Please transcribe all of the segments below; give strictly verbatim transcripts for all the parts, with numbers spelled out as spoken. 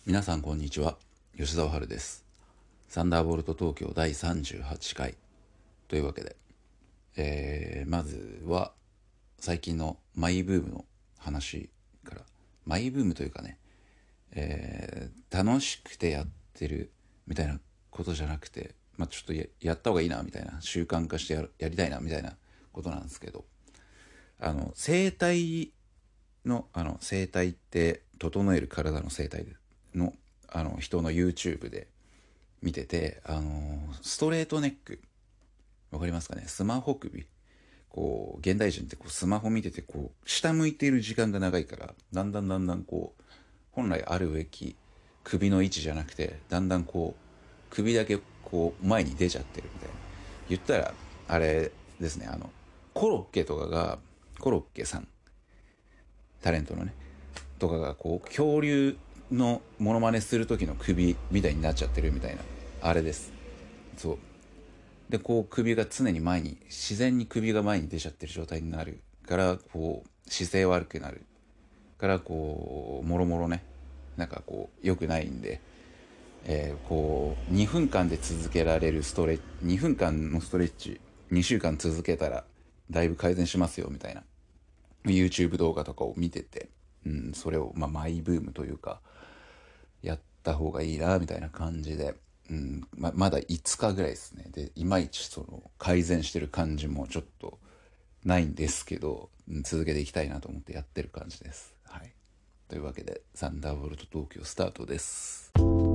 皆さんこんにちは、吉澤春です。サンダーボルト東京だいさんじゅうはちかいというわけで、えー、まずは最近のマイブームの話から。マイブームというかね、えー、楽しくてやってるみたいなことじゃなくて、まあ、ちょっと や, やった方がいいなみたいな、習慣化してやるやりたいなみたいなことなんですけど、あの整体のあの整体って整える体の整体のあの人の YouTube で見てて、あのストレートネック、わかりますかね。スマホ首、こう現代人ってこうスマホ見ててこう下向いている時間が長いから、だんだんだんだんこう本来あるべき首の位置じゃなくて、だんだんこう首だけこう前に出ちゃってるみたいな。言ったらあれですね、あのコロッケとかが、コロッケさん、タレントのね、とかがこう恐竜のモノマネする時の首みたいになっちゃってるみたいな、あれです。そうで、こう首が常に前に、自然に首が前に出ちゃってる状態になるから、こう姿勢悪くなるから、こうもろもろね、なんかこう良くないんで、えー、こうにふんかんで続けられるストレッチ、にふんかんのストレッチにしゅうかん続けたらだいぶ改善しますよみたいな YouTube 動画とかを見てて、うん、それを、まあ、マイブームというかやった方がいいなみたいな感じで、うんま、まだいつかぐらいですね。でいまいちその改善してる感じもちょっとないんですけど、うん続けていきたいなと思ってやってる感じです。はい、というわけでサンダーボルト東京スタートです。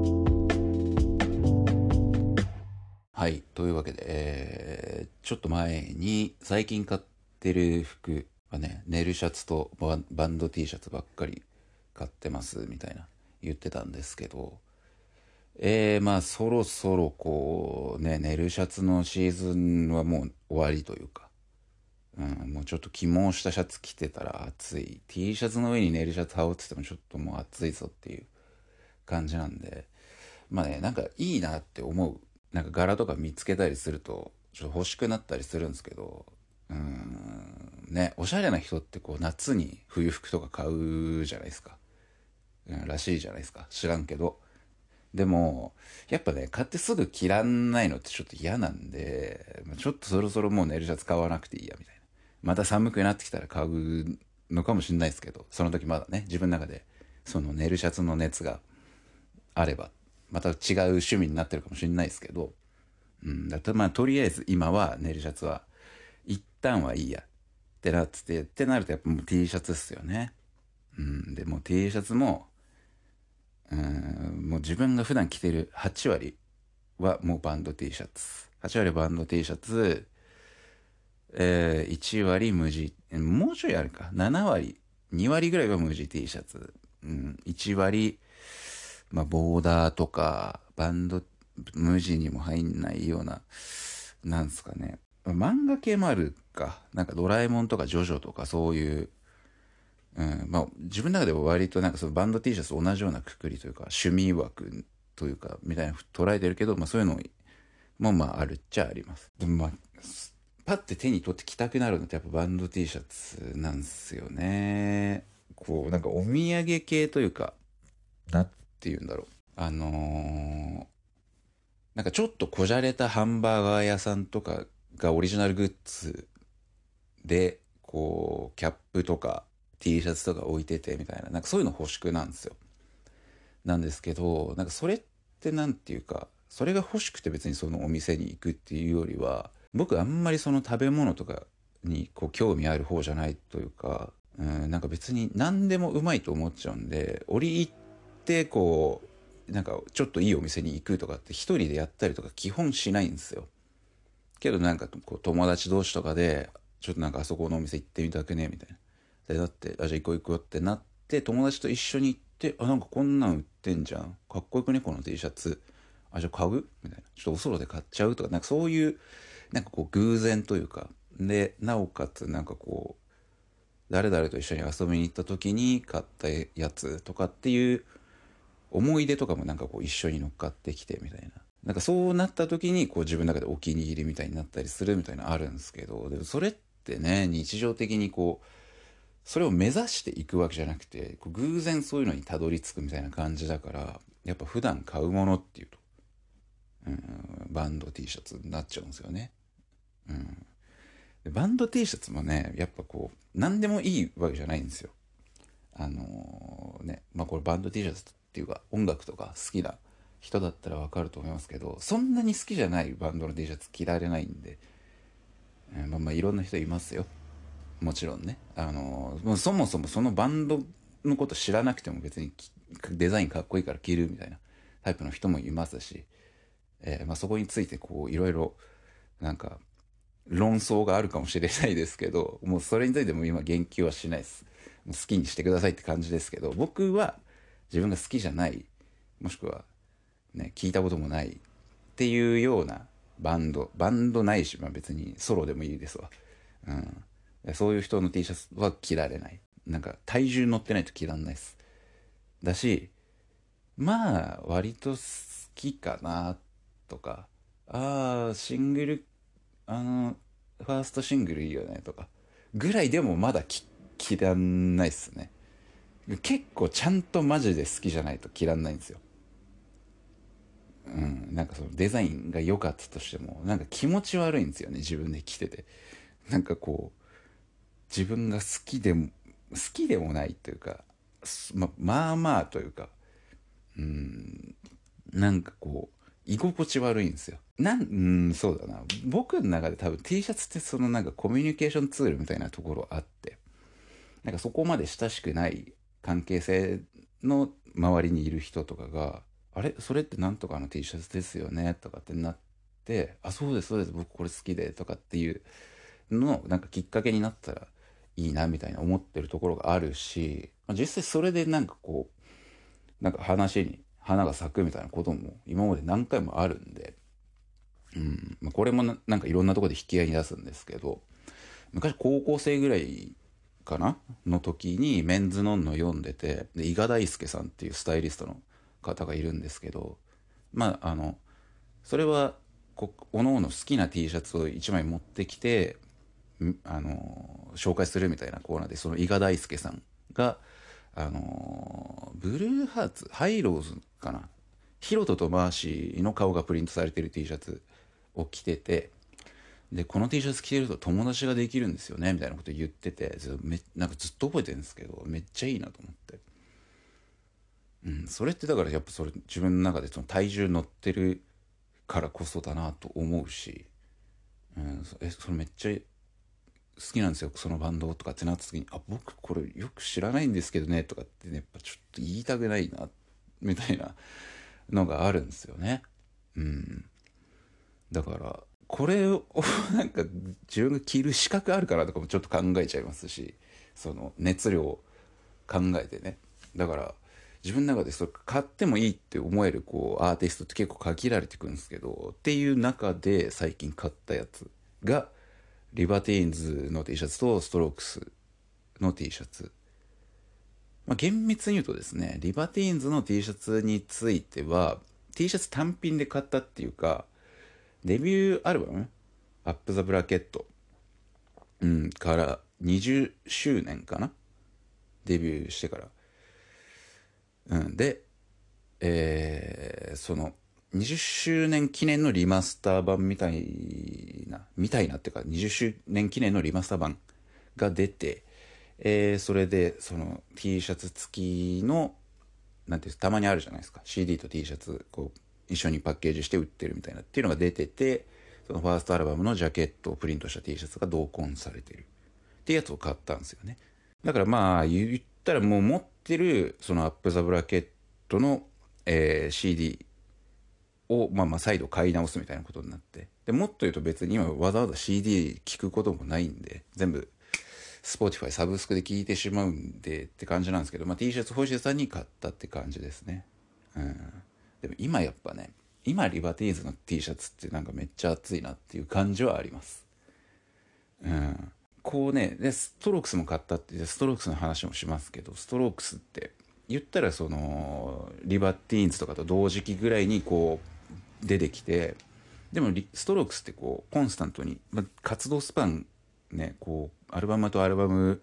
はい、というわけで、えーちょっと前に最近買ってる服はね、ネルシャツとバンバンド T シャツばっかり買ってますみたいな言ってたんですけど、えー、まあそろそろこうね、ネルシャツのシーズンはもう終わりというか、うん、もうちょっと起毛したシャツ着てたら暑い、 T シャツの上にネルシャツ羽織っててもちょっともう暑いぞっていう感じなんで、まあね、なんかいいなって思うなんか柄とか見つけたりするとちょっと欲しくなったりするんですけど、うーんね、おしゃれな人ってこう夏に冬服とか買うじゃないですか、うん、らしいじゃないですか、知らんけど。でもやっぱね、買ってすぐ着らんないのってちょっと嫌なんで、ちょっとそろそろもうネルシャツ買わなくていいやみたいな。また寒くなってきたら買うのかもしれないですけど、その時まだね、自分の中でそのネルシャツの熱があればまた違う趣味になってるかもしれないですけど、うん、だとまあとりあえず今はネルシャツは一旦はいいやってなってて、ってなるとやっぱもう T シャツっすよね。うん、でもう T シャツも、うん、もう自分が普段着てるはち割はもうバンド T シャツ、はち割バンド T シャツ、えー、いち割無地、もうちょいあるか、なな割、に割ぐらいは無地 T シャツ、うん、いち割、まあ、ボーダーとかバンド無地にも入んないような、なんすかね、漫画系もあるか、なんかドラえもんとかジョジョとかそういう、うん、まあ自分の中では割となんかそのバンド T シャツと同じようなくくりというか趣味枠というかみたいな捉えてるけど、まあそういうのもまああるっちゃあります。でもまあパッて手に取って着たくなるのってやっぱバンド T シャツなんすよね。こうなんかお土産系というか、なんて言うんだろう、あのーなんかちょっとこじゃれたハンバーガー屋さんとかがオリジナルグッズでこうキャップとか T シャツとか置いててみたいな、なんかそういうの欲しくなんですよ。なんですけど、なんかそれってなんていうか、それが欲しくて別にそのお店に行くっていうよりは、僕あんまりその食べ物とかにこう興味ある方じゃないというか、うん、なんか別に何でもうまいと思っちゃうんで、折り入ってこうなんかちょっといいお店に行くとかって一人でやったりとか基本しないんですよ。けどなんかこう友達同士とかでちょっとなんかあそこのお店行ってみたくねみたいな。でだってあじゃあ行こう行こうってなって友達と一緒に行って、あなんかこんなん売ってんじゃん、かっこよくねこの T シャツ、あじゃあ買うみたいな、ちょっとおそろで買っちゃうとか、なんかそういうなんかこう偶然というかで、なおかつなんかこう誰々と一緒に遊びに行った時に買ったやつとかっていう思い出とかもなんかこう一緒に乗っかってきてみたいな、なんかそうなった時にこう自分の中でお気に入りみたいになったりするみたいなのあるんですけど、でもそれってね日常的にこうそれを目指していくわけじゃなくて、こう偶然そういうのにたどり着くみたいな感じだから、やっぱ普段買うものっていうと、うん、バンド T シャツになっちゃうんですよね。うん、でバンド T シャツもね、やっぱこう何でもいいわけじゃないんですよ。あのーね、まあこれバンド T シャツっていうか音楽とか好きな人だったらわかると思いますけど、そんなに好きじゃないバンドの T シャツ着られないんで、えーまあまあいろんな人いますよ。もちろんね。あのーもうそもそもそのバンドのこと知らなくても別にデザインかっこいいから着るみたいなタイプの人もいますし、えーまあそこについてこういろいろなんか論争があるかもしれないですけど、もうそれについても今言及はしないです。もう好きにしてくださいって感じですけど、僕は自分が好きじゃない、もしくはね、聞いたこともないっていうようなバンド、バンドないし、まあ別にソロでもいいですわ。うん。そういう人の T シャツは着られない。なんか体重乗ってないと着らんないです。だし、まあ割と好きかなとか、ああ、シングル、あの、ファーストシングルいいよねとか、ぐらいでもまだき着らんないっすね。結構ちゃんとマジで好きじゃないと着らんないんですよ。うん、なんかそのデザインが良かったとしても、なんか気持ち悪いんですよね、自分で着てて。なんかこう、自分が好きでも、好きでもないというか、ま、まあまあというか、うん、なんかこう、居心地悪いんですよ。なん、うん、そうだな。僕の中で多分 T シャツってそのなんかコミュニケーションツールみたいなところあって、なんかそこまで親しくない関係性の周りにいる人とかが、あれそれってなんとかの T シャツですよねとかってなって、あ、そうですそうです、僕これ好きでとかっていうのなんかきっかけになったらいいなみたいな思ってるところがあるし、実際それでなんかこう、なんか話に花が咲くみたいなことも今まで何回もあるんで、うんまあ、これもななんかいろんなところで引き合いに出すんですけど、昔高校生ぐらいかなの時にメンズノンノ読んでて、で伊賀大輔さんっていうスタイリストの方がいるんですけど、まああのそれはこおのおの好きな T シャツをいちまい持ってきてんあの紹介するみたいなコーナーで、その伊賀大輔さんがあのブルーハーツハイローズかな、ヒロトとマーシーの顔がプリントされてる T シャツを着てて、でこの T シャツ着てると友達ができるんですよねみたいなこと言ってて、ずめなんかずっと覚えてるんですけど、めっちゃいいなと思って、うん、それってだからやっぱそれ自分の中でその体重乗ってるからこそだなと思うし、うん、そえそれめっちゃ好きなんですよそのバンドとかってなった時に、あ僕これよく知らないんですけどねとかってね、やっぱちょっと言いたくないなみたいなのがあるんですよね。うん、だからこれをなんか自分が着る資格あるかなとかもちょっと考えちゃいますし、その熱量を考えてね。だから自分の中でそれ買ってもいいって思えるこうアーティストって結構限られてくるんですけど、っていう中で最近買ったやつがリバティーンズの T シャツとストロークスの T シャツ。まあ、厳密に言うとですね、リバティーンズの T シャツについては T シャツ単品で買ったっていうか、デビューアルバムアップ・ザ・ブラケット、うん、からにじゅっしゅうねんかな、デビューしてから。うん、で、えーそのにじゅっしゅうねん記念のリマスター版みたいな、みたいなっていうかにじゅっしゅうねん記念のリマスター版が出て、えーそれでその T シャツ付きの、なんていうたまにあるじゃないですか、 シーディー と T シャツこう一緒にパッケージして売ってるみたいなっていうのが出てて、そのファーストアルバムのジャケットをプリントした T シャツが同梱されてるっていうやつを買ったんですよね。だからまあ言ったらもう持ってるそのアップ・ザ・ブラケットの、えー シーディー をまあまあ再度買い直すみたいなことになって、でもっと言うと別に今わざわざ シーディー 聞くこともないんで、全部 Spotify サブスクで聞いてしまうんでって感じなんですけど、まあ、T シャツ星さんに買ったって感じですね。うん、でも今やっぱね、今リバティーズの T シャツってなんかめっちゃ熱いなっていう感じはあります。うん、こうね、でストロークスも買ったって、ストロークスの話もしますけど、ストロークスって言ったらそのリバティーンズとかと同時期ぐらいにこう出てきて、でもリストロークスってこうコンスタントに、まあ、活動スパンね、こうアルバムとアルバム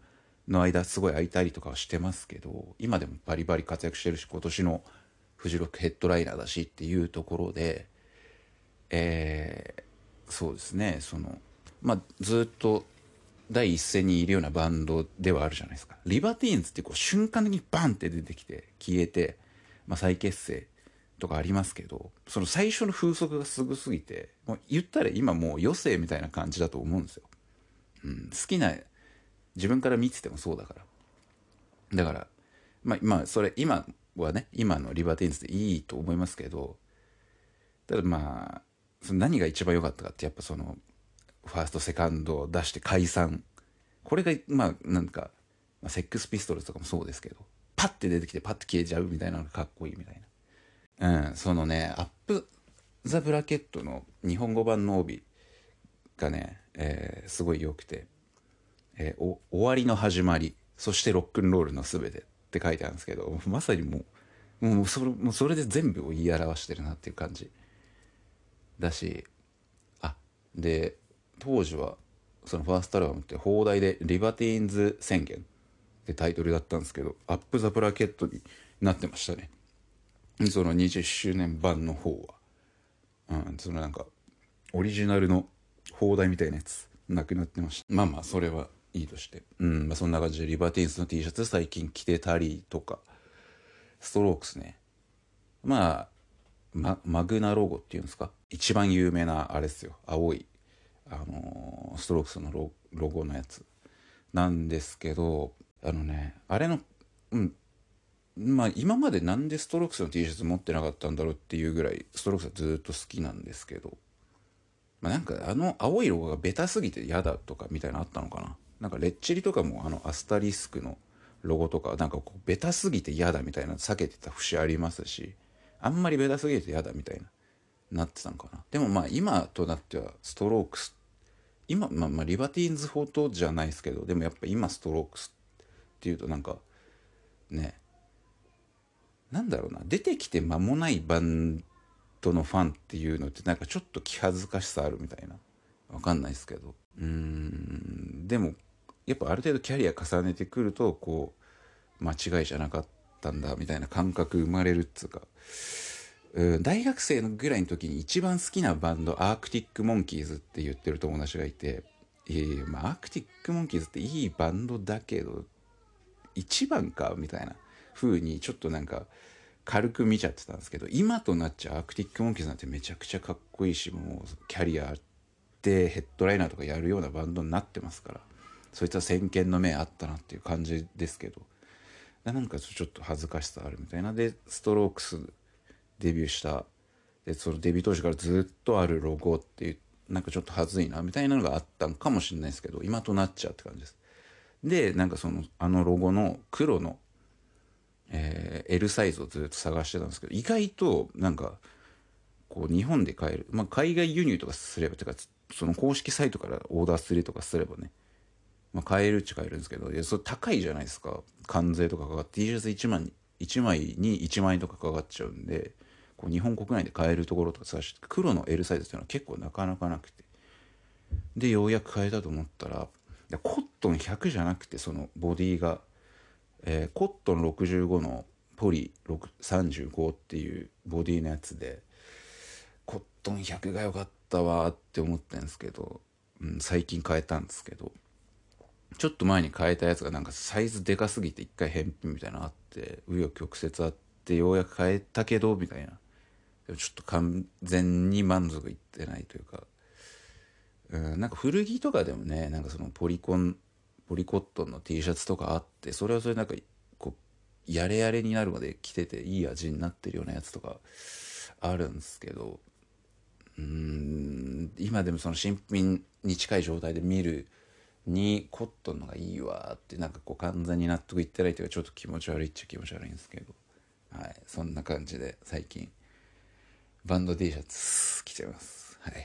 の間すごい空いたりとかはしてますけど、今でもバリバリ活躍してるし、今年のフジロックヘッドライナーだしっていうところで、えー、そうですね、そのまあずっと第一線にいるようなバンドではあるじゃないですか。リバティーンズってこう瞬間的にバンって出てきて消えて、まあ、再結成とかありますけど、その最初の風速がすごすぎて、もう言ったら今もう余生みたいな感じだと思うんですよ。うん、好きな、自分から見ててもそうだから。だからまあまあそれ今はね、今のリバティーンズでいいと思いますけど、ただまあその何が一番良かったかって、やっぱそのファーストセカンドを出して解散、これがまあなんか、まあ、セックスピストルズとかもそうですけど、パッて出てきてパッて消えちゃうみたいなのがかっこいいみたいな。うん、そのね、アップ・ザ・ブラケットの日本語版の帯がね、えーすごい良くて、えーお終わりの始まり、そしてロックンロールのすべてって書いてあるんですけど、まさにもうもうそれもうそれで全部を言い表してるなっていう感じだし、あ、で当時はそのファーストアルバムって放題で「リバティーンズ宣言」ってタイトルだったんですけど、アップ・ザ・ブラケットになってましたね、そのにじゅっしゅうねん版の方は。うん、そのなんかオリジナルの放題みたいなやつなくなってました。まあまあそれはいいとして、うん、まあ、そんな感じでリバティーンズの T シャツ最近着てたりとか、ストロークスね、まあママグナロゴっていうんですか、一番有名なあれですよ、青い、あのーストロークスのロロゴのやつなんですけど、あのねあれの、うんまあ今までなんでストロークスの T シャツ持ってなかったんだろうっていうぐらいストロークスはずっと好きなんですけど、まあ、なんかあの青いロゴがベタすぎて嫌だとかみたいなのあったのかな。なんかレッチリとかもあのアスタリスクのロゴとかなんかこうベタすぎて嫌だみたいな避けてた節ありますし、あんまりベタすぎて嫌だみたいななってたのかな。でもまあ今となってはストロークス、今まあまあリバティーンズフォトじゃないですけど、でもやっぱ今ストロークスっていうとなんかね、なんだろうな、出てきて間もないバンドのファンっていうのってなんかちょっと気恥ずかしさあるみたいな、わかんないですけど、うーんでもやっぱある程度キャリア重ねてくるとこう間違いじゃなかったんだみたいな感覚生まれるっつうか、うん大学生のぐらいの時に一番好きなバンドアークティック・モンキーズって言ってる友達がいて、いやいやまあアークティック・モンキーズっていいバンドだけど一番かみたいな風にちょっとなんか軽く見ちゃってたんですけど、今となっちゃアークティック・モンキーズなんてめちゃくちゃかっこいいし、もうキャリアでヘッドライナーとかやるようなバンドになってますから、そいつは先見の目あったなっていう感じですけど、なんかちょっと恥ずかしさあるみたいな。でストロークスデビューした、でそのデビュー当時からずっとあるロゴっていう、なんかちょっと恥ずいなみたいなのがあったのかもしれないですけど、今となっちゃうって感じです。でなんかそのあのロゴの黒の、えー L サイズをずっと探してたんですけど、意外となんかこう日本で買える、まあ、海外輸入とかすればてか、その公式サイトからオーダーするとかすればね、まあ、買えるっちゃ買えるんですけど、いやそれ高いじゃないですか、関税とかかかって T シャツいちまんいちまいにいちまん円とかかかっちゃうんで、こう日本国内で買えるところとか探して黒の L サイズっていうのは結構なかなかなくて、でようやく買えたと思ったら、いやコットンひゃくじゃなくて、そのボディが、えーコットンろくじゅうごのポリさんじゅうごっていうボディのやつで、コットンひゃくが良かったわって思ってんですけど、うん、最近変えたんですけど、ちょっと前に変えたやつがなんかサイズでかすぎて一回返品みたいなのあって、紆余曲折あってようやく変えたけどみたいな、でもちょっと完全に満足いってないというか、うん、なんか古着とかでもね、なんかそのポリコンポリコットンの T シャツとかあって、それはそれなんかこうやれやれになるまで着てていい味になってるようなやつとかあるんですけど、うーん今でもその新品に近い状態で見るにコットンのがいいわって、なんかこう完全に納得いってないというか、ちょっと気持ち悪いっちゃ気持ち悪いんですけど、はい、そんな感じで最近バンド T シャツ着てます。はい。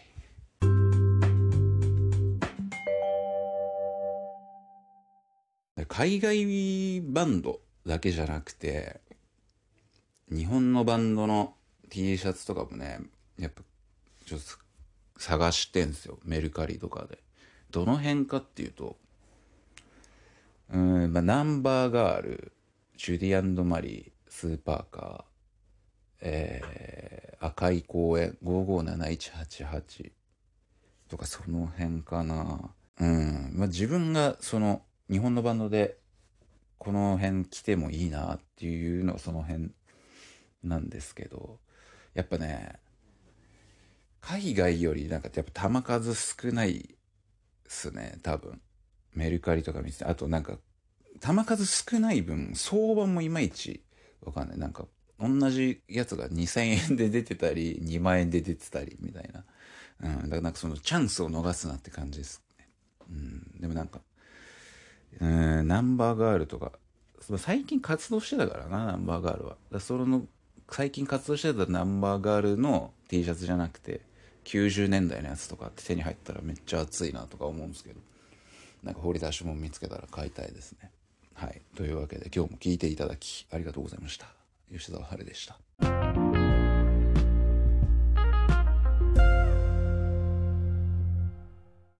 海外バンドだけじゃなくて日本のバンドの T シャツとかもね、やっぱちょっと探してんすよ、メルカリとかで。どの辺かっていうと、 うん、まあ、ナンバーガール、ジュディマリー、スーパーカー、えー、赤い公園、ごーごーなないちはちはちとかその辺かな。うん、まあ、自分がその日本のバンドでこの辺来てもいいなっていうのはその辺なんですけど、やっぱね、海外よりなんかやっぱ球数少ないっすね、多分。メルカリとか見てて、あとなんか球数少ない分相場もいまいちわかんない。なんか同じやつがにせんえんで出てたりにまん円で出てたりみたいな。うん、だからなんかそのチャンスを逃すなって感じですね。うん、でもなんか、うん、ナンバーガールとか、最近活動してたからな、ナンバーガールは。だからその、最近活動してたナンバーガールの T シャツじゃなくて、きゅうじゅうねんだいのやつとかって手に入ったらめっちゃ熱いなとか思うんですけど、なんか掘り出し物見つけたら買いたいですね。はい。というわけで今日も聞いていただきありがとうございました。吉澤春でした。